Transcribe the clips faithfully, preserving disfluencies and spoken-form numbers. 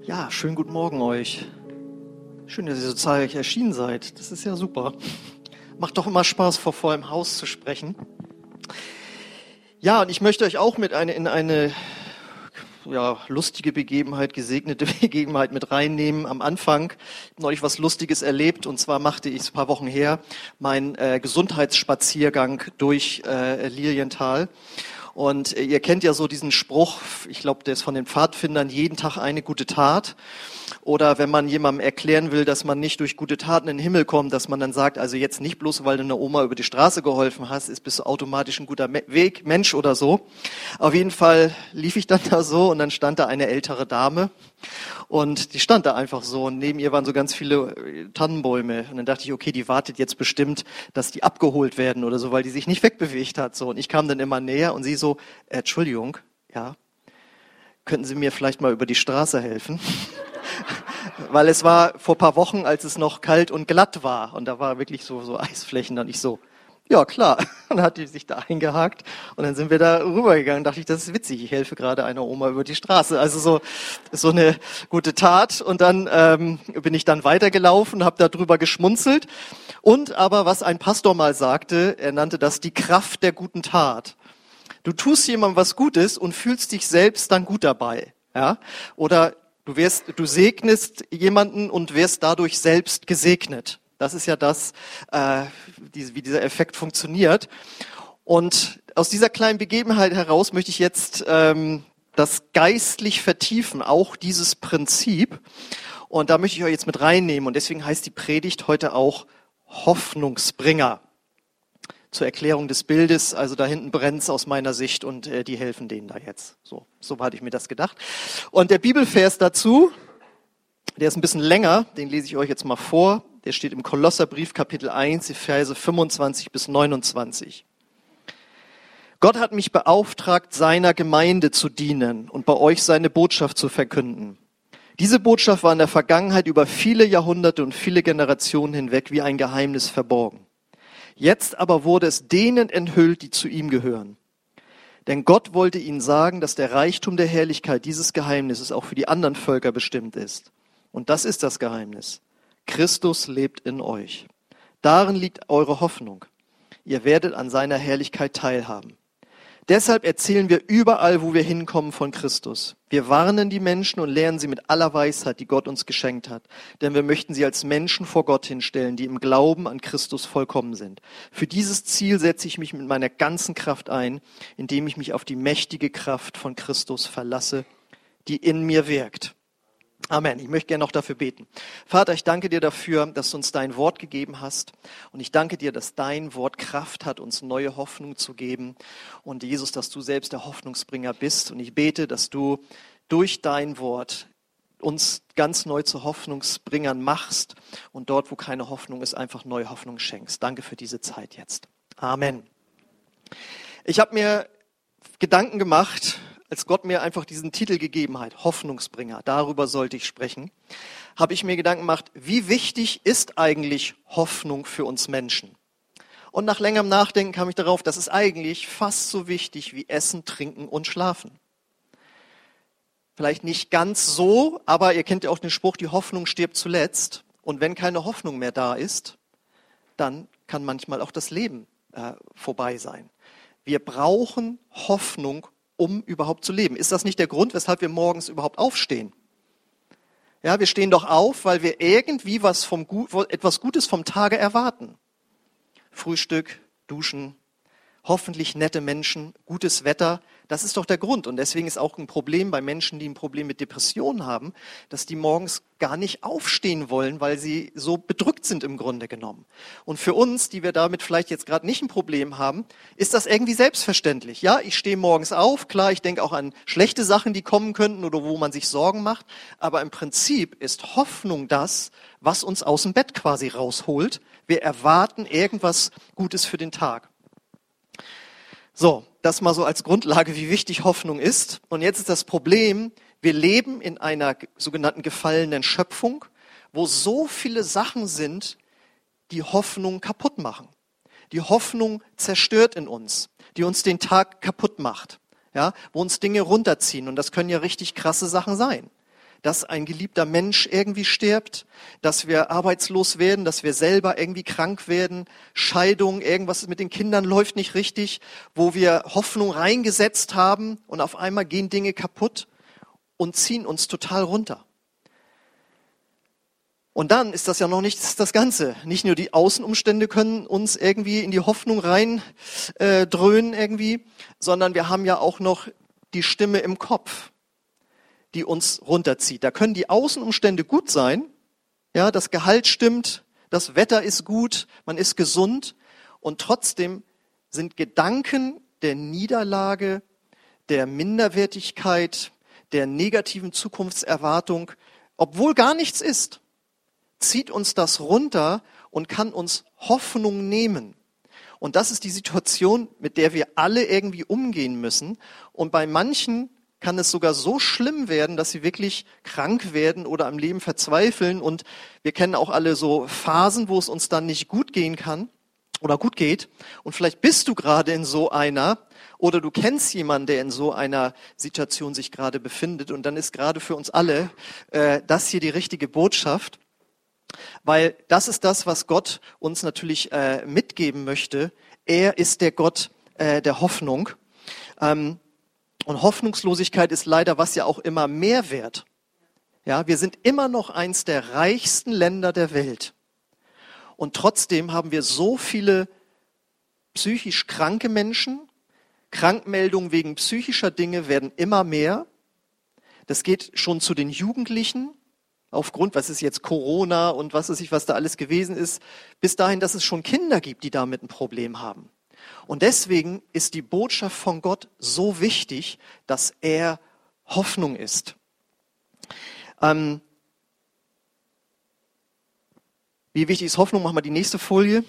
Ja, schönen guten Morgen euch. Schön, dass ihr so zahlreich erschienen seid. Das ist ja super. Macht doch immer Spaß, vor vollem Haus zu sprechen. Ja, und ich möchte euch auch mit eine, in eine ja, lustige Begebenheit, gesegnete Begebenheit mit reinnehmen. Am Anfang neulich was Lustiges erlebt, und zwar machte ich es ein paar Wochen her meinen äh, Gesundheitsspaziergang durch äh, Lilienthal. Und äh, ihr kennt ja so diesen Spruch, ich glaube, der ist von den Pfadfindern, jeden Tag eine gute Tat. Oder wenn man jemandem erklären will, dass man nicht durch gute Taten in den Himmel kommt, dass man dann sagt, also jetzt nicht bloß, weil du einer Oma über die Straße geholfen hast, ist bist du automatisch ein guter Me- Weg, Mensch oder so. Auf jeden Fall lief ich dann da so und dann stand da eine ältere Dame und die stand da einfach so und neben ihr waren so ganz viele Tannenbäume und dann dachte ich, okay, die wartet jetzt bestimmt, dass die abgeholt werden oder so, weil die sich nicht wegbewegt hat. So, und ich kam dann immer näher und sie so, äh, Entschuldigung, ja, könnten Sie mir vielleicht mal über die Straße helfen? Weil es war vor ein paar Wochen, als es noch kalt und glatt war. Und da war wirklich so, so Eisflächen. Und ich so, ja klar. Und dann hat die sich da eingehakt. Und dann sind wir da rübergegangen. Dachte ich, das ist witzig. Ich helfe gerade einer Oma über die Straße. Also so, so eine gute Tat. Und dann ähm, bin ich dann weitergelaufen, habe da drüber geschmunzelt. Und aber, was ein Pastor mal sagte, er nannte das die Kraft der guten Tat. Du tust jemandem was Gutes und fühlst dich selbst dann gut dabei. Ja? Oder Du wirst, du segnest jemanden und wirst dadurch selbst gesegnet. Das ist ja das, äh, die, wie dieser Effekt funktioniert. Und aus dieser kleinen Begebenheit heraus möchte ich jetzt ähm, das geistlich vertiefen, auch dieses Prinzip. Und da möchte ich euch jetzt mit reinnehmen. Und deswegen heißt die Predigt heute auch Hoffnungsbringer. Zur Erklärung des Bildes, also da hinten brennt's aus meiner Sicht und äh, die helfen denen da jetzt. So, so hatte ich mir das gedacht. Und der Bibelvers dazu, der ist ein bisschen länger, den lese ich euch jetzt mal vor. Der steht im Kolosserbrief Kapitel eins, die Verse fünfundzwanzig bis neunundzwanzig. Gott hat mich beauftragt, seiner Gemeinde zu dienen und bei euch seine Botschaft zu verkünden. Diese Botschaft war in der Vergangenheit über viele Jahrhunderte und viele Generationen hinweg wie ein Geheimnis verborgen. Jetzt aber wurde es denen enthüllt, die zu ihm gehören. Denn Gott wollte ihnen sagen, dass der Reichtum der Herrlichkeit dieses Geheimnisses auch für die anderen Völker bestimmt ist. Und das ist das Geheimnis. Christus lebt in euch. Darin liegt eure Hoffnung. Ihr werdet an seiner Herrlichkeit teilhaben. Deshalb erzählen wir überall, wo wir hinkommen, von Christus. Wir warnen die Menschen und lehren sie mit aller Weisheit, die Gott uns geschenkt hat. Denn wir möchten sie als Menschen vor Gott hinstellen, die im Glauben an Christus vollkommen sind. Für dieses Ziel setze ich mich mit meiner ganzen Kraft ein, indem ich mich auf die mächtige Kraft von Christus verlasse, die in mir wirkt. Amen. Ich möchte gerne noch dafür beten. Vater, ich danke dir dafür, dass du uns dein Wort gegeben hast. Und ich danke dir, dass dein Wort Kraft hat, uns neue Hoffnung zu geben. Und Jesus, dass du selbst der Hoffnungsbringer bist. Und ich bete, dass du durch dein Wort uns ganz neu zu Hoffnungsbringern machst. Und dort, wo keine Hoffnung ist, einfach neue Hoffnung schenkst. Danke für diese Zeit jetzt. Amen. Ich habe mir Gedanken gemacht, als Gott mir einfach diesen Titel gegeben hat, Hoffnungsbringer, darüber sollte ich sprechen, habe ich mir Gedanken gemacht, wie wichtig ist eigentlich Hoffnung für uns Menschen? Und nach längerem Nachdenken kam ich darauf, das ist eigentlich fast so wichtig wie Essen, Trinken und Schlafen. Vielleicht nicht ganz so, aber ihr kennt ja auch den Spruch, die Hoffnung stirbt zuletzt. Und wenn keine Hoffnung mehr da ist, dann kann manchmal auch das Leben äh, vorbei sein. Wir brauchen Hoffnung, um überhaupt zu leben. Ist das nicht der Grund, weshalb wir morgens überhaupt aufstehen? Ja, wir stehen doch auf, weil wir irgendwie was vom, etwas Gutes vom Tage erwarten. Frühstück, Duschen, hoffentlich nette Menschen, gutes Wetter, das ist doch der Grund. Und deswegen ist auch ein Problem bei Menschen, die ein Problem mit Depressionen haben, dass die morgens gar nicht aufstehen wollen, weil sie so bedrückt sind im Grunde genommen. Und für uns, die wir damit vielleicht jetzt gerade nicht ein Problem haben, ist das irgendwie selbstverständlich. Ja, ich stehe morgens auf, klar, ich denke auch an schlechte Sachen, die kommen könnten oder wo man sich Sorgen macht. Aber im Prinzip ist Hoffnung das, was uns aus dem Bett quasi rausholt. Wir erwarten irgendwas Gutes für den Tag. So, das mal so als Grundlage, wie wichtig Hoffnung ist. Und jetzt ist das Problem, wir leben in einer sogenannten gefallenen Schöpfung, wo so viele Sachen sind, die Hoffnung kaputt machen. Die Hoffnung zerstört in uns, die uns den Tag kaputt macht, ja, wo uns Dinge runterziehen. Und das können ja richtig krasse Sachen sein. dass ein geliebter Mensch irgendwie stirbt, dass wir arbeitslos werden, dass wir selber irgendwie krank werden, Scheidung, irgendwas mit den Kindern läuft nicht richtig, wo wir Hoffnung reingesetzt haben und auf einmal gehen Dinge kaputt und ziehen uns total runter. Und dann ist das ja noch nicht das Ganze. Nicht nur die Außenumstände können uns irgendwie in die Hoffnung rein äh, dröhnen irgendwie, sondern wir haben ja auch noch die Stimme im Kopf, die uns runterzieht. Da können die Außenumstände gut sein, ja, das Gehalt stimmt, das Wetter ist gut, man ist gesund und trotzdem sind Gedanken der Niederlage, der Minderwertigkeit, der negativen Zukunftserwartung, obwohl gar nichts ist, zieht uns das runter und kann uns Hoffnung nehmen. Und das ist die Situation, mit der wir alle irgendwie umgehen müssen. Und bei manchen kann es sogar so schlimm werden, dass sie wirklich krank werden oder am Leben verzweifeln. Und wir kennen auch alle so Phasen, wo es uns dann nicht gut gehen kann oder gut geht. Und vielleicht bist du gerade in so einer oder du kennst jemanden, der in so einer Situation sich gerade befindet. Und dann ist gerade für uns alle äh, das hier die richtige Botschaft. Weil das ist das, was Gott uns natürlich äh, mitgeben möchte. Er ist der Gott äh, der Hoffnung. Ähm, und Hoffnungslosigkeit ist leider was ja auch immer mehr wert. Ja, wir sind immer noch eins der reichsten Länder der Welt. Und trotzdem haben wir so viele psychisch kranke Menschen. Krankmeldungen wegen psychischer Dinge werden immer mehr. Das geht schon zu den Jugendlichen. Aufgrund, was ist jetzt Corona und was weiß ich, was da alles gewesen ist, bis dahin, dass es schon Kinder gibt, die damit ein Problem haben. Und deswegen ist die Botschaft von Gott so wichtig, dass er Hoffnung ist. Ähm, wie wichtig ist Hoffnung? Machen wir die nächste Folie.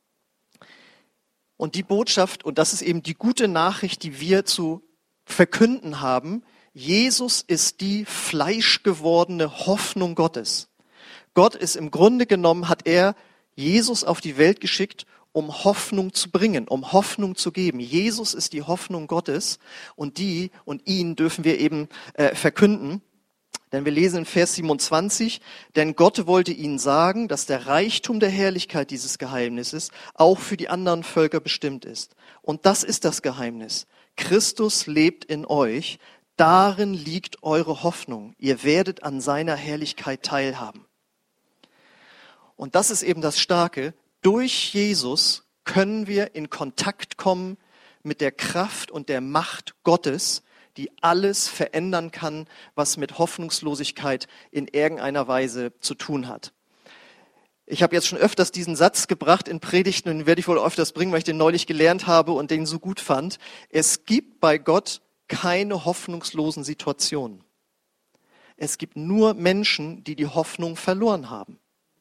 Und die Botschaft, und das ist eben die gute Nachricht, die wir zu verkünden haben, Jesus ist die fleischgewordene Hoffnung Gottes. Gott ist im Grunde genommen, hat er Jesus auf die Welt geschickt, um Hoffnung zu bringen, um Hoffnung zu geben. Jesus ist die Hoffnung Gottes und die und ihn dürfen wir eben äh, verkünden. Denn wir lesen in Vers siebenundzwanzig, denn Gott wollte ihnen sagen, dass der Reichtum der Herrlichkeit dieses Geheimnisses auch für die anderen Völker bestimmt ist. Und das ist das Geheimnis. Christus lebt in euch. Darin liegt eure Hoffnung. Ihr werdet an seiner Herrlichkeit teilhaben. Und das ist eben das Starke. Durch Jesus können wir in Kontakt kommen mit der Kraft und der Macht Gottes, die alles verändern kann, was mit Hoffnungslosigkeit in irgendeiner Weise zu tun hat. Ich habe jetzt schon öfters diesen Satz gebracht in Predigten und den werde ich wohl öfters bringen, weil ich den neulich gelernt habe und den so gut fand. Es gibt bei Gott keine hoffnungslosen Situationen. Es gibt nur Menschen, die die Hoffnung verloren haben.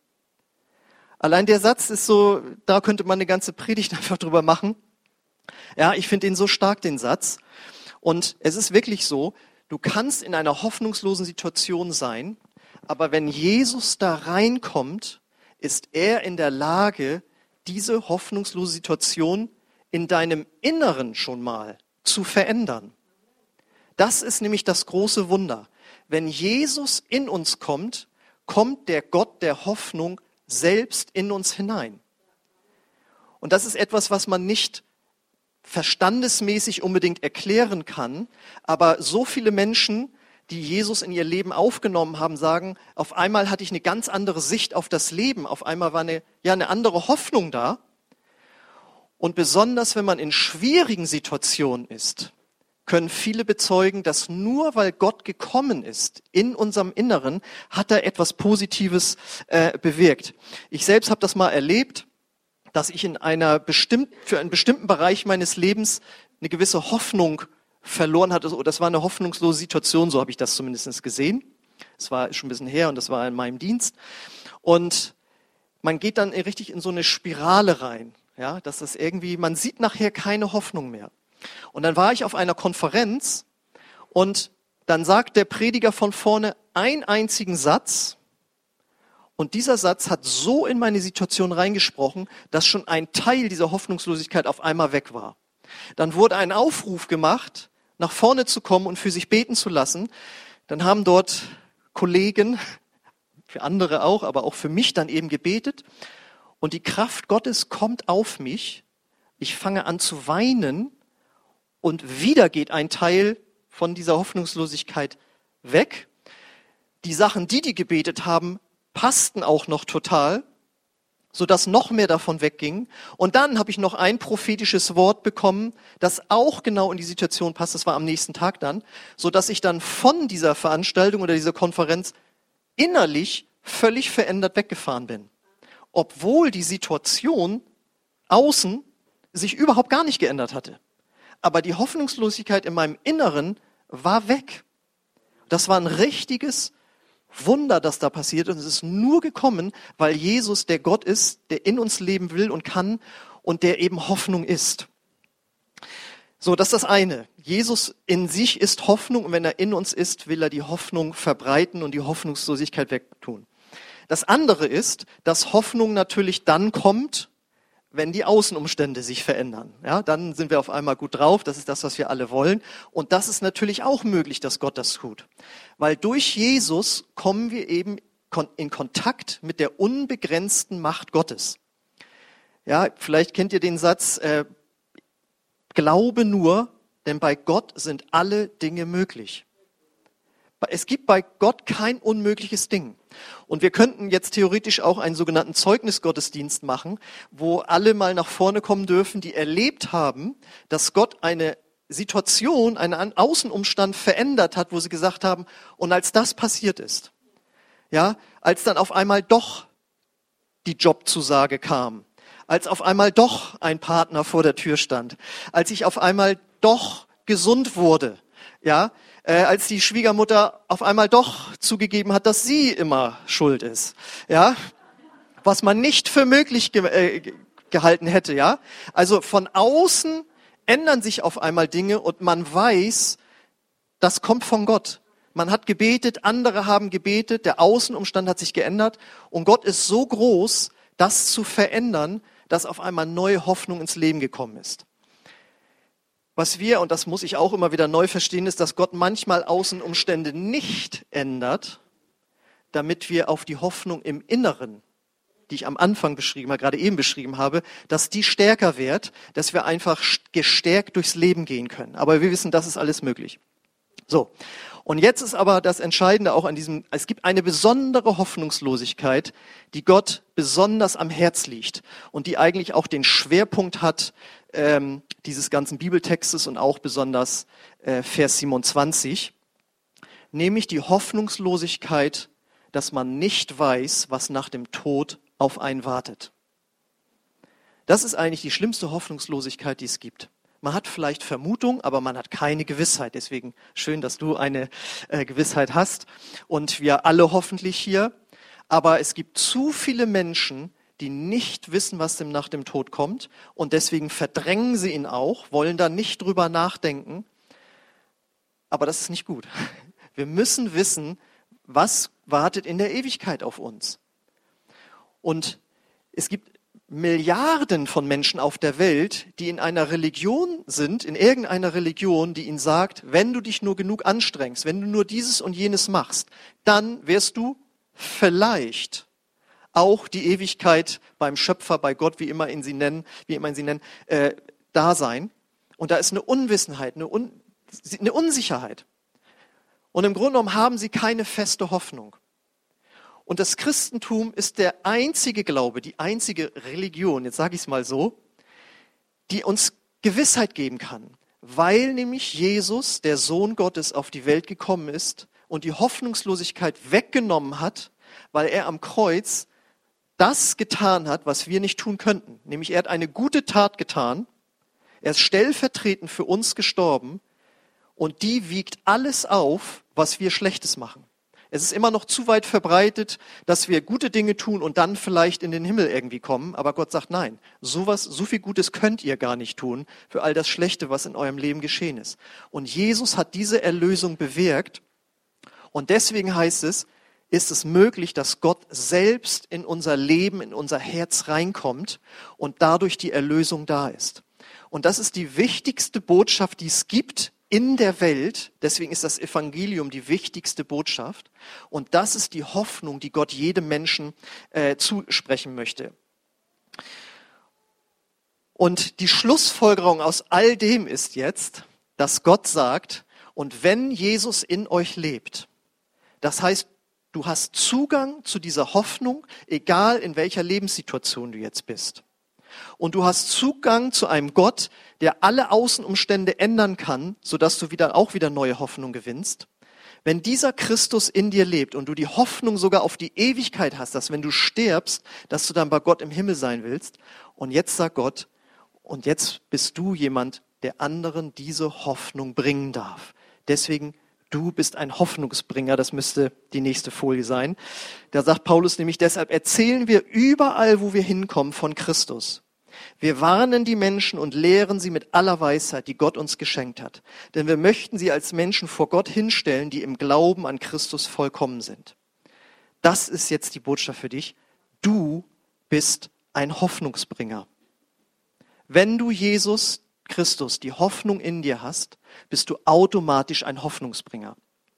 Allein der Satz ist so, da könnte man eine ganze Predigt einfach drüber machen. Ja, ich finde ihn so stark, den Satz. Und es ist wirklich so, du kannst in einer hoffnungslosen Situation sein, aber wenn Jesus da reinkommt, ist er in der Lage, diese hoffnungslose Situation in deinem Inneren schon mal zu verändern. Das ist nämlich das große Wunder. Wenn Jesus in uns kommt, kommt der Gott der Hoffnung selbst in uns hinein. Und das ist etwas, was man nicht verstandesmäßig unbedingt erklären kann, aber so viele Menschen, die Jesus in ihr Leben aufgenommen haben, sagen, auf einmal hatte ich eine ganz andere Sicht auf das Leben, auf einmal war eine, ja, eine andere Hoffnung da. Und besonders, wenn man in schwierigen Situationen ist, können viele bezeugen, dass nur weil Gott gekommen ist in unserem Inneren, hat er etwas Positives äh, bewirkt. Ich selbst habe das mal erlebt, dass ich in einer bestimmten, für einen bestimmten Bereich meines Lebens eine gewisse Hoffnung verloren hatte. Das war eine hoffnungslose Situation, so habe ich das zumindest gesehen. Es war schon ein bisschen her und das war in meinem Dienst. Und man geht dann richtig in so eine Spirale rein, ja, dass das irgendwie, man sieht nachher keine Hoffnung mehr. Und dann war ich auf einer Konferenz und dann sagt der Prediger von vorne einen einzigen Satz und dieser Satz hat so in meine Situation reingesprochen, dass schon ein Teil dieser Hoffnungslosigkeit auf einmal weg war. Dann wurde ein Aufruf gemacht, nach vorne zu kommen und für sich beten zu lassen. Dann haben dort Kollegen, für andere auch, aber auch für mich dann eben gebetet. Und die Kraft Gottes kommt auf mich. Ich fange an zu weinen und wieder geht ein Teil von dieser Hoffnungslosigkeit weg. Die Sachen, die die gebetet haben, passten auch noch total, sodass noch mehr davon wegging. Und dann habe ich noch ein prophetisches Wort bekommen, das auch genau in die Situation passt. Das war am nächsten Tag dann, sodass ich dann von dieser Veranstaltung oder dieser Konferenz innerlich völlig verändert weggefahren bin. Obwohl die Situation außen sich überhaupt gar nicht geändert hatte. Aber die Hoffnungslosigkeit in meinem Inneren war weg. Das war ein richtiges Wunder, das da passiert. Und es ist nur gekommen, weil Jesus der Gott ist, der in uns leben will und kann und der eben Hoffnung ist. So, das ist das eine. Jesus in sich ist Hoffnung und wenn er in uns ist, will er die Hoffnung verbreiten und die Hoffnungslosigkeit wegtun. Das andere ist, dass Hoffnung natürlich dann kommt, wenn die Außenumstände sich verändern. Ja, dann sind wir auf einmal gut drauf. Das ist das, was wir alle wollen. Und das ist natürlich auch möglich, dass Gott das tut. Weil durch Jesus kommen wir eben in Kontakt mit der unbegrenzten Macht Gottes. Ja, vielleicht kennt ihr den Satz, äh, Glaube nur, denn bei Gott sind alle Dinge möglich. Es gibt bei Gott kein unmögliches Ding. Und wir könnten jetzt theoretisch auch einen sogenannten Zeugnisgottesdienst machen, wo alle mal nach vorne kommen dürfen, die erlebt haben, dass Gott eine Situation, einen Außenumstand verändert hat, wo sie gesagt haben, und als das passiert ist, ja, als dann auf einmal doch die Jobzusage kam, als auf einmal doch ein Partner vor der Tür stand, als ich auf einmal doch gesund wurde, ja, Äh, als die Schwiegermutter auf einmal doch zugegeben hat, dass sie immer schuld ist, ja, was man nicht für möglich ge- äh, gehalten hätte, ja. Also von außen ändern sich auf einmal Dinge und man weiß, das kommt von Gott. Man hat gebetet, andere haben gebetet, der Außenumstand hat sich geändert und Gott ist so groß, das zu verändern, dass auf einmal neue Hoffnung ins Leben gekommen ist. Was wir, und das muss ich auch immer wieder neu verstehen, ist, dass Gott manchmal Außenumstände nicht ändert, damit wir auf die Hoffnung im Inneren, die ich am Anfang beschrieben habe, gerade eben beschrieben habe, dass die stärker wird, dass wir einfach gestärkt durchs Leben gehen können. Aber wir wissen, das ist alles möglich. So. Und jetzt ist aber das Entscheidende auch an diesem, es gibt eine besondere Hoffnungslosigkeit, die Gott besonders am Herz liegt und die eigentlich auch den Schwerpunkt hat ähm, dieses ganzen Bibeltextes und auch besonders äh, Vers siebenundzwanzig, nämlich die Hoffnungslosigkeit, dass man nicht weiß, was nach dem Tod auf einen wartet. Das ist eigentlich die schlimmste Hoffnungslosigkeit, die es gibt. Man hat vielleicht Vermutung, aber man hat keine Gewissheit. Deswegen schön, dass du eine äh, Gewissheit hast und wir alle hoffentlich hier. Aber es gibt zu viele Menschen, die nicht wissen, was dem nach dem Tod kommt und deswegen verdrängen sie ihn auch, wollen da nicht drüber nachdenken. Aber das ist nicht gut. Wir müssen wissen, was wartet in der Ewigkeit auf uns. Und es gibt Milliarden von Menschen auf der Welt, die in einer Religion sind, in irgendeiner Religion, die ihnen sagt, wenn du dich nur genug anstrengst, wenn du nur dieses und jenes machst, dann wirst du vielleicht auch die Ewigkeit beim Schöpfer, bei Gott, wie immer ihn sie nennen, wie immer ihn sie nennen, äh, da sein. Und da ist eine Unwissenheit, eine, Un- eine Unsicherheit. Und im Grunde genommen haben sie keine feste Hoffnung. Und das Christentum ist der einzige Glaube, die einzige Religion, jetzt sage ich es mal so, die uns Gewissheit geben kann, weil nämlich Jesus, der Sohn Gottes, auf die Welt gekommen ist und die Hoffnungslosigkeit weggenommen hat, weil er am Kreuz das getan hat, was wir nicht tun könnten. Nämlich er hat eine gute Tat getan, er ist stellvertretend für uns gestorben und die wiegt alles auf, was wir Schlechtes machen. Es ist immer noch zu weit verbreitet, dass wir gute Dinge tun und dann vielleicht in den Himmel irgendwie kommen. Aber Gott sagt, nein, sowas, so viel Gutes könnt ihr gar nicht tun für all das Schlechte, was in eurem Leben geschehen ist. Und Jesus hat diese Erlösung bewirkt. Und deswegen heißt es, ist es möglich, dass Gott selbst in unser Leben, in unser Herz reinkommt und dadurch die Erlösung da ist. Und das ist die wichtigste Botschaft, die es gibt in der Welt. Deswegen ist das Evangelium die wichtigste Botschaft. Und das ist die Hoffnung, die Gott jedem Menschen äh, zusprechen möchte. Und die Schlussfolgerung aus all dem ist jetzt, dass Gott sagt, und wenn Jesus in euch lebt, das heißt, du hast Zugang zu dieser Hoffnung, egal in welcher Lebenssituation du jetzt bist. Und du hast Zugang zu einem Gott, der alle Außenumstände ändern kann, sodass du wieder, auch wieder neue Hoffnung gewinnst. Wenn dieser Christus in dir lebt und du die Hoffnung sogar auf die Ewigkeit hast, dass wenn du stirbst, dass du dann bei Gott im Himmel sein willst. Und jetzt sagt Gott, und jetzt bist du jemand, der anderen diese Hoffnung bringen darf. Deswegen, du bist ein Hoffnungsbringer, das müsste die nächste Folie sein. Da sagt Paulus nämlich, deshalb erzählen wir überall, wo wir hinkommen, von Christus. Wir warnen die Menschen und lehren sie mit aller Weisheit, die Gott uns geschenkt hat. Denn wir möchten sie als Menschen vor Gott hinstellen, die im Glauben an Christus vollkommen sind. Das ist jetzt die Botschaft für dich. Du bist ein Hoffnungsbringer. Wenn du Jesus Christus, die Hoffnung in dir hast, bist du automatisch ein Hoffnungsbringer.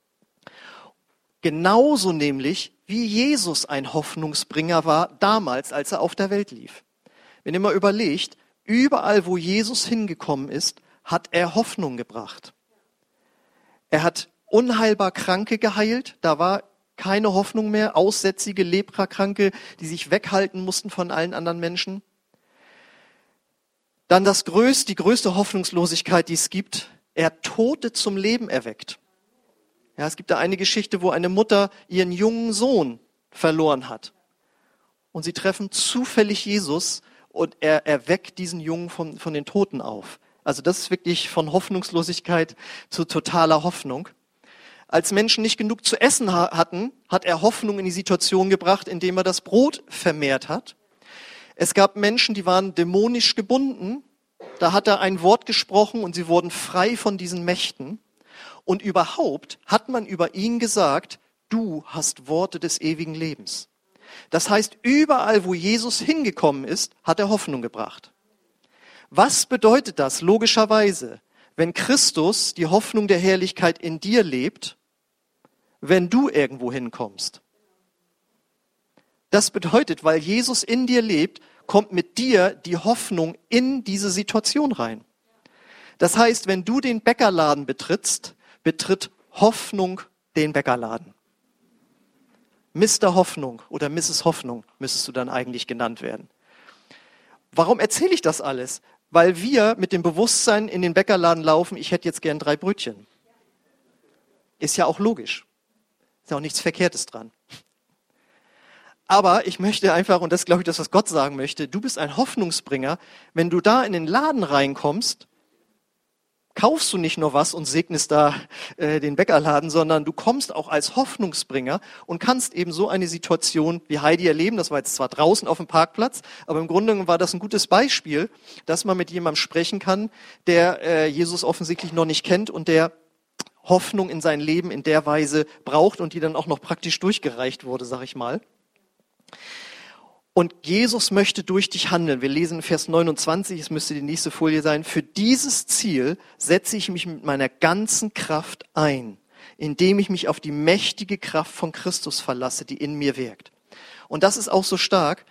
Genauso nämlich, wie Jesus ein Hoffnungsbringer war damals, als er auf der Welt lief. Wenn ihr mal überlegt, überall, wo Jesus hingekommen ist, hat er Hoffnung gebracht. Er hat unheilbar Kranke geheilt, da war keine Hoffnung mehr, aussätzige Leprakranke, die sich weghalten mussten von allen anderen Menschen. Dann das größte, die größte Hoffnungslosigkeit, die es gibt, er hat Tote zum Leben erweckt. Ja, es gibt da eine Geschichte, wo eine Mutter ihren jungen Sohn verloren hat. Und sie treffen zufällig Jesus und er erweckt diesen Jungen von, von den Toten auf. Also das ist wirklich von Hoffnungslosigkeit zu totaler Hoffnung. Als Menschen nicht genug zu essen ha- hatten, hat er Hoffnung in die Situation gebracht, indem er das Brot vermehrt hat. Es gab Menschen, die waren dämonisch gebunden. Da hat er ein Wort gesprochen und sie wurden frei von diesen Mächten. Und überhaupt hat man über ihn gesagt, du hast Worte des ewigen Lebens. Das heißt, überall, wo Jesus hingekommen ist, hat er Hoffnung gebracht. Was bedeutet das logischerweise, wenn Christus, die Hoffnung der Herrlichkeit in dir lebt, wenn du irgendwo hinkommst? Das bedeutet, weil Jesus in dir lebt, kommt mit dir die Hoffnung in diese Situation rein. Das heißt, wenn du den Bäckerladen betrittst, betritt Hoffnung den Bäckerladen. Mister Hoffnung oder Misses Hoffnung müsstest du dann eigentlich genannt werden. Warum erzähle ich das alles? Weil wir mit dem Bewusstsein in den Bäckerladen laufen, ich hätte jetzt gern drei Brötchen. Ist ja auch logisch. Ist ja auch nichts Verkehrtes dran. Aber ich möchte einfach, und das ist, glaube ich, das, was Gott sagen möchte, du bist ein Hoffnungsbringer. Wenn du da in den Laden reinkommst, kaufst du nicht nur was und segnest da äh, den Bäckerladen, sondern du kommst auch als Hoffnungsbringer und kannst eben so eine Situation wie Heidi erleben. Das war jetzt zwar draußen auf dem Parkplatz, aber im Grunde war das ein gutes Beispiel, dass man mit jemandem sprechen kann, der äh, Jesus offensichtlich noch nicht kennt und der Hoffnung in sein Leben in der Weise braucht und die dann auch noch praktisch durchgereicht wurde, sag ich mal. Und Jesus möchte durch dich handeln. Wir lesen Vers neunundzwanzig, es müsste die nächste Folie sein. Für dieses Ziel setze ich mich mit meiner ganzen Kraft ein, indem ich mich auf die mächtige Kraft von Christus verlasse, die in mir wirkt. Und das ist auch so stark.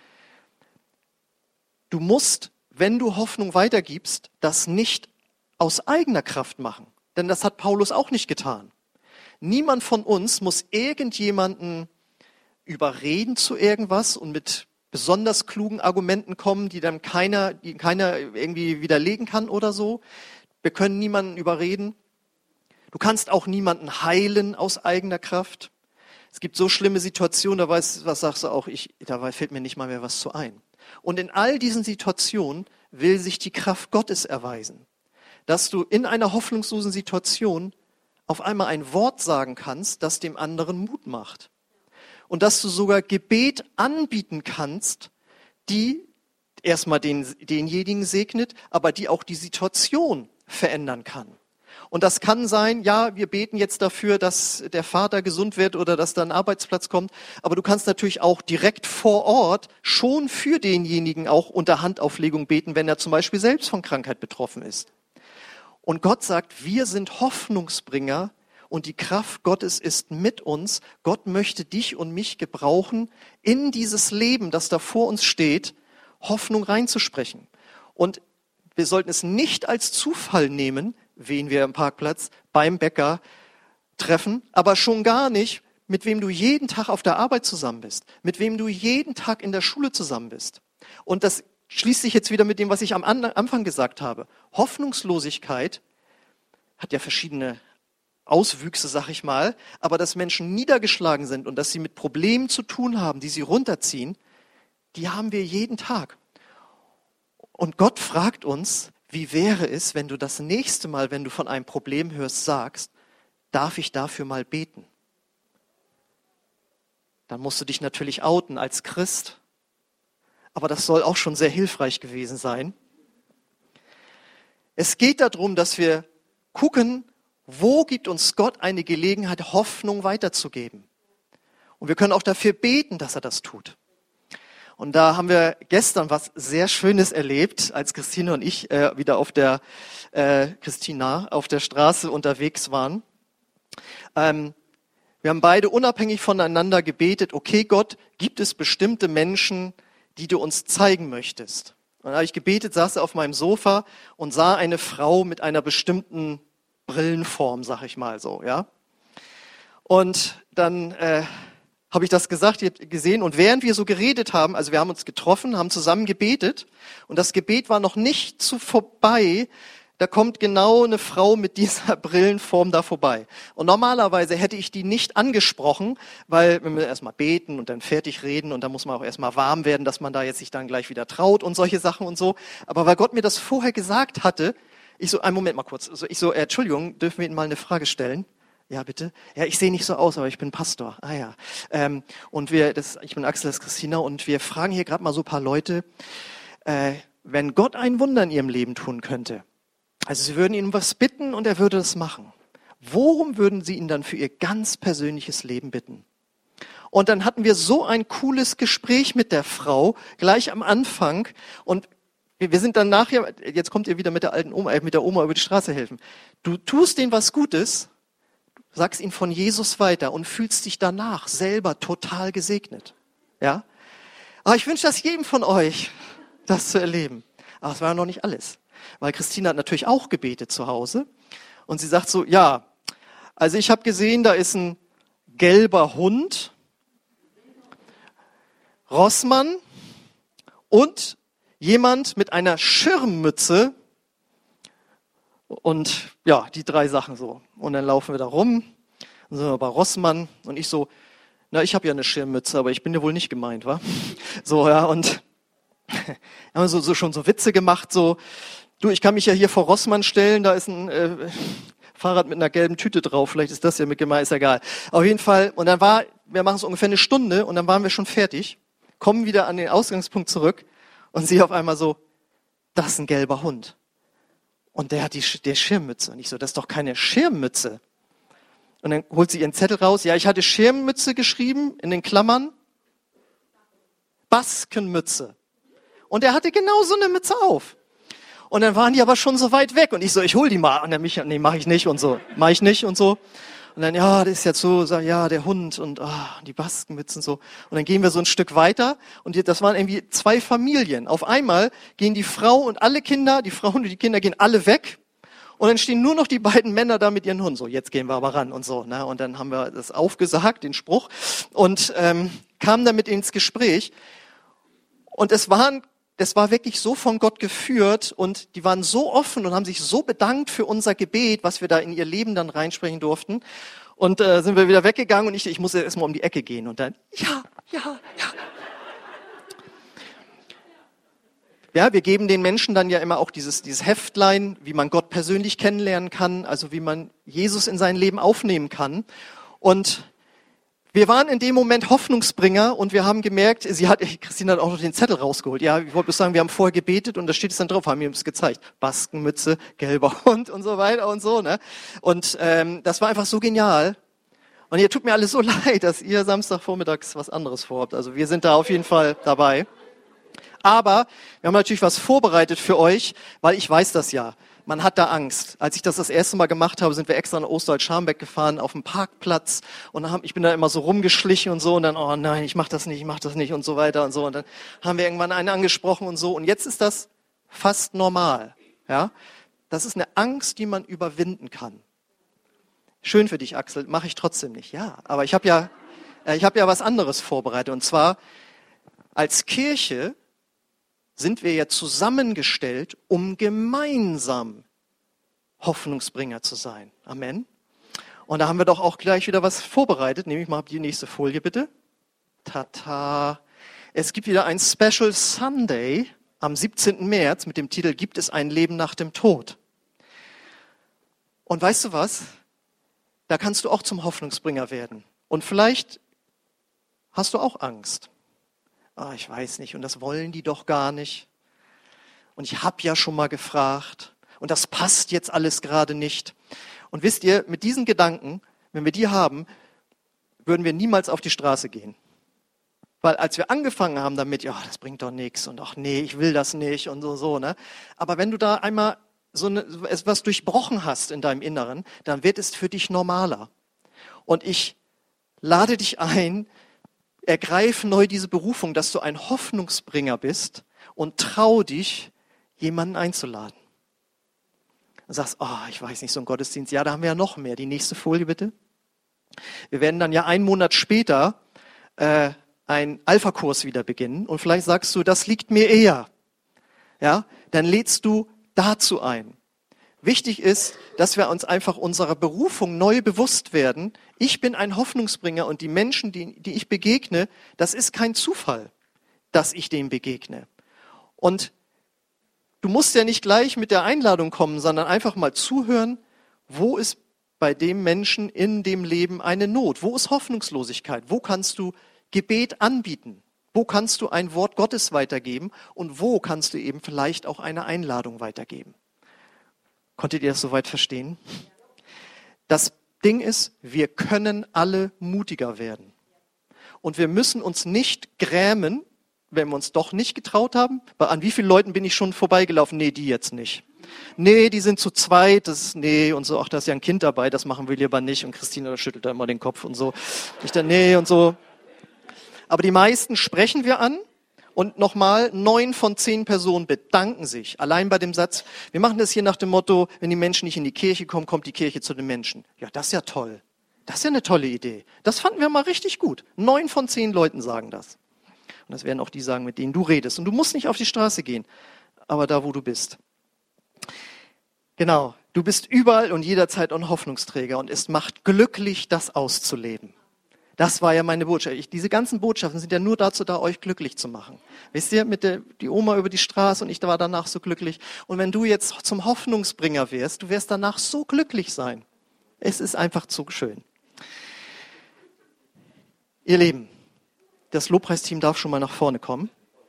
Du musst, wenn du Hoffnung weitergibst, das nicht aus eigener Kraft machen. Denn das hat Paulus auch nicht getan. Niemand von uns muss irgendjemanden überreden zu irgendwas und mit besonders klugen Argumenten kommen, die dann keiner, die keiner irgendwie widerlegen kann oder so. Wir können niemanden überreden. Du kannst auch niemanden heilen aus eigener Kraft. Es gibt so schlimme Situationen, da weißt, was sagst du auch, ich, da fällt mir nicht mal mehr was zu ein. Und in all diesen Situationen will sich die Kraft Gottes erweisen. Dass du in einer hoffnungslosen Situation auf einmal ein Wort sagen kannst, das dem anderen Mut macht. Und dass du sogar Gebet anbieten kannst, die erstmal den, denjenigen segnet, aber die auch die Situation verändern kann. Und das kann sein, ja, wir beten jetzt dafür, dass der Vater gesund wird oder dass da ein Arbeitsplatz kommt, aber du kannst natürlich auch direkt vor Ort schon für denjenigen auch unter Handauflegung beten, wenn er zum Beispiel selbst von Krankheit betroffen ist. Und Gott sagt, wir sind Hoffnungsbringer und die Kraft Gottes ist mit uns. Gott möchte dich und mich gebrauchen, in dieses Leben, das da vor uns steht, Hoffnung reinzusprechen. Und wir sollten es nicht als Zufall nehmen, wen wir am Parkplatz, beim Bäcker treffen, aber schon gar nicht, mit wem du jeden Tag auf der Arbeit zusammen bist, mit wem du jeden Tag in der Schule zusammen bist. Und das schließt sich jetzt wieder mit dem, was ich am Anfang gesagt habe. Hoffnungslosigkeit hat ja verschiedene Auswüchse, sag ich mal, aber dass Menschen niedergeschlagen sind und dass sie mit Problemen zu tun haben, die sie runterziehen, die haben wir jeden Tag. Und Gott fragt uns, wie wäre es, wenn du das nächste Mal, wenn du von einem Problem hörst, sagst, darf ich dafür mal beten? Dann musst du dich natürlich outen als Christ. Aber das soll auch schon sehr hilfreich gewesen sein. Es geht darum, dass wir gucken, wo gibt uns Gott eine Gelegenheit, Hoffnung weiterzugeben. Und wir können auch dafür beten, dass er das tut. Und da haben wir gestern was sehr Schönes erlebt, als Christine und ich äh, wieder auf der, äh, Christina, auf der Straße unterwegs waren. Ähm, Wir haben beide unabhängig voneinander gebetet, okay Gott, gibt es bestimmte Menschen, die du uns zeigen möchtest? Und dann habe ich gebetet, saß auf meinem Sofa und sah eine Frau mit einer bestimmten Brillenform, sag ich mal so, ja. Und dann äh, habe ich das gesagt, ihr habt gesehen, und während wir so geredet haben, also wir haben uns getroffen, haben zusammen gebetet und das Gebet war noch nicht zu vorbei, da kommt genau eine Frau mit dieser Brillenform da vorbei. Und normalerweise hätte ich die nicht angesprochen, weil wir müssen erstmal beten und dann fertig reden und dann muss man auch erstmal warm werden, dass man da jetzt sich dann gleich wieder traut und solche Sachen und so. Aber weil Gott mir das vorher gesagt hatte, ich so, einen Moment mal kurz, also ich so, äh, Entschuldigung, dürfen wir Ihnen mal eine Frage stellen? Ja, bitte. Ja, ich sehe nicht so aus, aber ich bin Pastor. Ah ja. Ähm, und wir, das, ich bin Axel, das ist Christina und wir fragen hier gerade mal so ein paar Leute, äh, wenn Gott ein Wunder in ihrem Leben tun könnte, also Sie würden ihn um was bitten und er würde das machen. Worum würden Sie ihn dann für Ihr ganz persönliches Leben bitten? Und dann hatten wir so ein cooles Gespräch mit der Frau, gleich am Anfang. Und wir sind dann nachher, jetzt kommt ihr wieder mit der alten Oma, äh, mit der Oma über die Straße helfen. Du tust denen was Gutes, sagst ihnen von Jesus weiter und fühlst dich danach selber total gesegnet. Ja? Aber ich wünsche das jedem von euch, das zu erleben. Aber es war ja noch nicht alles. Weil Christina hat natürlich auch gebetet zu Hause. Und sie sagt so, ja, also ich habe gesehen, da ist ein gelber Hund, Rossmann und jemand mit einer Schirmmütze. Und ja, die drei Sachen so. Und dann laufen wir da rum, dann sind wir bei Rossmann und ich so, na, ich habe ja eine Schirmmütze, aber ich bin ja wohl nicht gemeint, wa? So, ja, und haben so, so schon so Witze gemacht, so, du, ich kann mich ja hier vor Rossmann stellen, da ist ein äh, Fahrrad mit einer gelben Tüte drauf, vielleicht ist das ja mit gemeint, ist egal. Auf jeden Fall, und dann war, wir machen es ungefähr eine Stunde und dann waren wir schon fertig, kommen wieder an den Ausgangspunkt zurück und sie auf einmal so, das ist ein gelber Hund. Und der hat die der Schirmmütze. Und ich so, das ist doch keine Schirmmütze. Und dann holt sie ihren Zettel raus, ja, ich hatte Schirmmütze geschrieben, in den Klammern, Baskenmütze. Und er hatte genau so eine Mütze auf. Und dann waren die aber schon so weit weg. Und ich so, ich hol die mal. Und dann mich, nee, mach ich nicht und so. Mach ich nicht und so. Und dann, ja, das ist jetzt so, sag, ja, der Hund und ah, die Baskenmützen so. Und dann gehen wir so ein Stück weiter. Und die, das waren irgendwie zwei Familien. Auf einmal gehen die Frau und alle Kinder, die Frauen und die Kinder gehen alle weg. Und dann stehen nur noch die beiden Männer da mit ihren Hunden. So, jetzt gehen wir aber ran und so. Ne? Und dann haben wir das aufgesagt, den Spruch. Und ähm, kamen damit ins Gespräch. Und es waren Das war wirklich so von Gott geführt und die waren so offen und haben sich so bedankt für unser Gebet, was wir da in ihr Leben dann reinsprechen durften. Und äh, sind wir wieder weggegangen und ich, ich musste erstmal um die Ecke gehen und dann, ja, ja, ja. Ja, wir geben den Menschen dann ja immer auch dieses, dieses Heftlein, wie man Gott persönlich kennenlernen kann, also wie man Jesus in sein Leben aufnehmen kann. Und wir waren in dem Moment Hoffnungsbringer und wir haben gemerkt, sie hat, Christine hat auch noch den Zettel rausgeholt. Ja, ich wollte bloß sagen, wir haben vorher gebetet und da steht es dann drauf, haben wir uns gezeigt. Baskenmütze, gelber Hund und so weiter und so, ne? Und ähm, das war einfach so genial. Und ihr tut mir alles so leid, dass ihr Samstagvormittags was anderes vorhabt. Also wir sind da auf jeden Fall dabei. Aber wir haben natürlich was vorbereitet für euch, weil ich weiß das ja. Man hat da Angst. Als ich das das erste Mal gemacht habe, sind wir extra nach Osterholz-Scharmbeck gefahren, auf dem Parkplatz. Und dann hab, ich bin da immer so rumgeschlichen und so. Und dann, oh nein, ich mach das nicht, ich mach das nicht und so weiter und so. Und dann haben wir irgendwann einen angesprochen und so. Und jetzt ist das fast normal. Ja, das ist eine Angst, die man überwinden kann. Schön für dich, Axel, mache ich trotzdem nicht. Ja, aber ich habe ja, ich habe ja was anderes vorbereitet. Und zwar, als Kirche sind wir ja zusammengestellt, um gemeinsam Hoffnungsbringer zu sein. Amen. Und da haben wir doch auch gleich wieder was vorbereitet. Nehme ich mal die nächste Folie, bitte. Tata. Es gibt wieder ein Special Sunday am siebzehnten März mit dem Titel Gibt es ein Leben nach dem Tod? Und weißt du was? Da kannst du auch zum Hoffnungsbringer werden. Und vielleicht hast du auch Angst. Ah, ich weiß nicht, und das wollen die doch gar nicht. Und ich habe ja schon mal gefragt. Und das passt jetzt alles gerade nicht. Und wisst ihr, mit diesen Gedanken, wenn wir die haben, würden wir niemals auf die Straße gehen. Weil als wir angefangen haben damit, ja, das bringt doch nichts und ach nee, ich will das nicht und so, so, ne? Aber wenn du da einmal so eine, etwas durchbrochen hast in deinem Inneren, dann wird es für dich normaler. Und ich lade dich ein, ergreif neu diese Berufung, dass du ein Hoffnungsbringer bist und trau dich, jemanden einzuladen. Du sagst, oh, ich weiß nicht, so ein Gottesdienst, ja, da haben wir ja noch mehr. Die nächste Folie bitte. Wir werden dann ja einen Monat später äh, einen Alpha-Kurs wieder beginnen und vielleicht sagst du, das liegt mir eher. Ja, dann lädst du dazu ein. Wichtig ist, dass wir uns einfach unserer Berufung neu bewusst werden. Ich bin ein Hoffnungsbringer und die Menschen, die, die ich begegne, das ist kein Zufall, dass ich denen begegne. Und du musst ja nicht gleich mit der Einladung kommen, sondern einfach mal zuhören, wo ist bei dem Menschen in dem Leben eine Not? Wo ist Hoffnungslosigkeit? Wo kannst du Gebet anbieten? Wo kannst du ein Wort Gottes weitergeben? Und wo kannst du eben vielleicht auch eine Einladung weitergeben? Konntet ihr das soweit verstehen? Das Ding ist, wir können alle mutiger werden. Und wir müssen uns nicht grämen, wenn wir uns doch nicht getraut haben. An wie vielen Leuten bin ich schon vorbeigelaufen? Nee, die jetzt nicht. Nee, die sind zu zweit, das, nee, und so, ach, da ist ja ein Kind dabei, das machen wir lieber nicht. Und Christina schüttelt da immer den Kopf und so. Ich dann, nee, und so. Aber die meisten sprechen wir an. Und nochmal, neun von zehn Personen bedanken sich. Allein bei dem Satz, wir machen das hier nach dem Motto, wenn die Menschen nicht in die Kirche kommen, kommt die Kirche zu den Menschen. Ja, das ist ja toll. Das ist ja eine tolle Idee. Das fanden wir mal richtig gut. Neun von zehn Leuten sagen das. Und das werden auch die sagen, mit denen du redest. Und du musst nicht auf die Straße gehen, aber da, wo du bist. Genau, du bist überall und jederzeit ein Hoffnungsträger und es macht glücklich, das auszuleben. Das war ja meine Botschaft. Ich, diese ganzen Botschaften sind ja nur dazu da, euch glücklich zu machen. Wisst ihr, mit der die Oma über die Straße und ich war danach so glücklich. Und wenn du jetzt zum Hoffnungsbringer wärst, du wirst danach so glücklich sein. Es ist einfach zu schön. Ihr Lieben, das Lobpreisteam darf schon mal nach vorne kommen.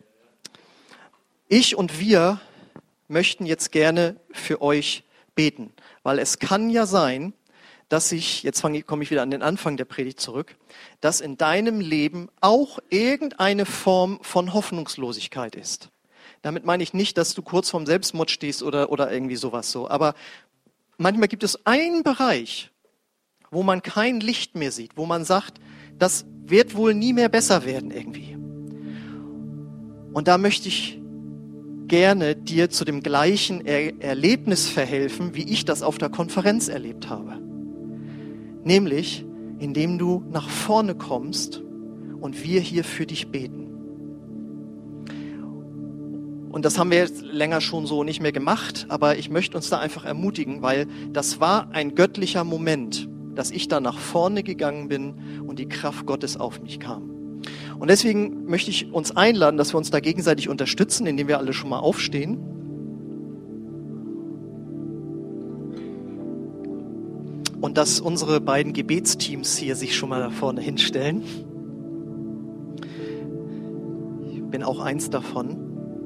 Ich und wir möchten jetzt gerne für euch beten, weil es kann ja sein, dass ich, jetzt fange, komme ich wieder an den Anfang der Predigt zurück, dass in deinem Leben auch irgendeine Form von Hoffnungslosigkeit ist. Damit meine ich nicht, dass du kurz vorm Selbstmord stehst oder, oder irgendwie sowas so. Aber manchmal gibt es einen Bereich, wo man kein Licht mehr sieht, wo man sagt, das wird wohl nie mehr besser werden irgendwie. Und da möchte ich gerne dir zu dem gleichen er- Erlebnis verhelfen, wie ich das auf der Konferenz erlebt habe. Nämlich, indem du nach vorne kommst und wir hier für dich beten. Und das haben wir jetzt länger schon so nicht mehr gemacht, aber ich möchte uns da einfach ermutigen, weil das war ein göttlicher Moment, dass ich da nach vorne gegangen bin und die Kraft Gottes auf mich kam. Und deswegen möchte ich uns einladen, dass wir uns da gegenseitig unterstützen, indem wir alle schon mal aufstehen. Und dass unsere beiden Gebetsteams hier sich schon mal da vorne hinstellen. Ich bin auch eins davon.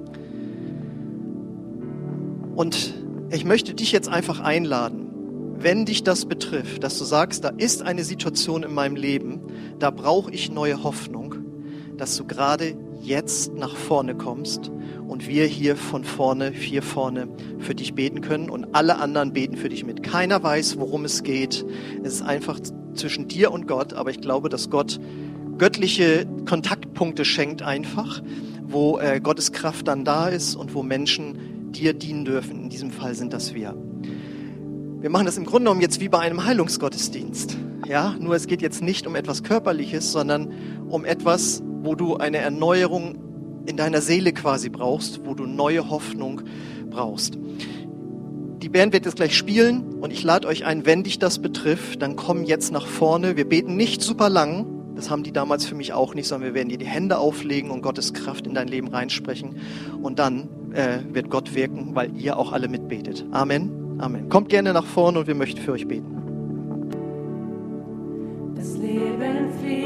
Und ich möchte dich jetzt einfach einladen, wenn dich das betrifft, dass du sagst, da ist eine Situation in meinem Leben, da brauche ich neue Hoffnung, dass du gerade jetzt nach vorne kommst und wir hier von vorne, hier vorne für dich beten können und alle anderen beten für dich mit. Keiner weiß, worum es geht. Es ist einfach zwischen dir und Gott, aber ich glaube, dass Gott göttliche Kontaktpunkte schenkt einfach, wo äh, Gottes Kraft dann da ist und wo Menschen dir dienen dürfen. In diesem Fall sind das wir. Wir machen das im Grunde genommen jetzt wie bei einem Heilungsgottesdienst. Ja, nur es geht jetzt nicht um etwas Körperliches, sondern um etwas, wo du eine Erneuerung in deiner Seele quasi brauchst, wo du neue Hoffnung brauchst. Die Band wird jetzt gleich spielen und ich lade euch ein, wenn dich das betrifft, dann komm jetzt nach vorne. Wir beten nicht super lang, das haben die damals für mich auch nicht, sondern wir werden dir die Hände auflegen und Gottes Kraft in dein Leben reinsprechen und dann äh, wird Gott wirken, weil ihr auch alle mitbetet. Amen. Amen. Kommt gerne nach vorne und wir möchten für euch beten. Das Leben fließt.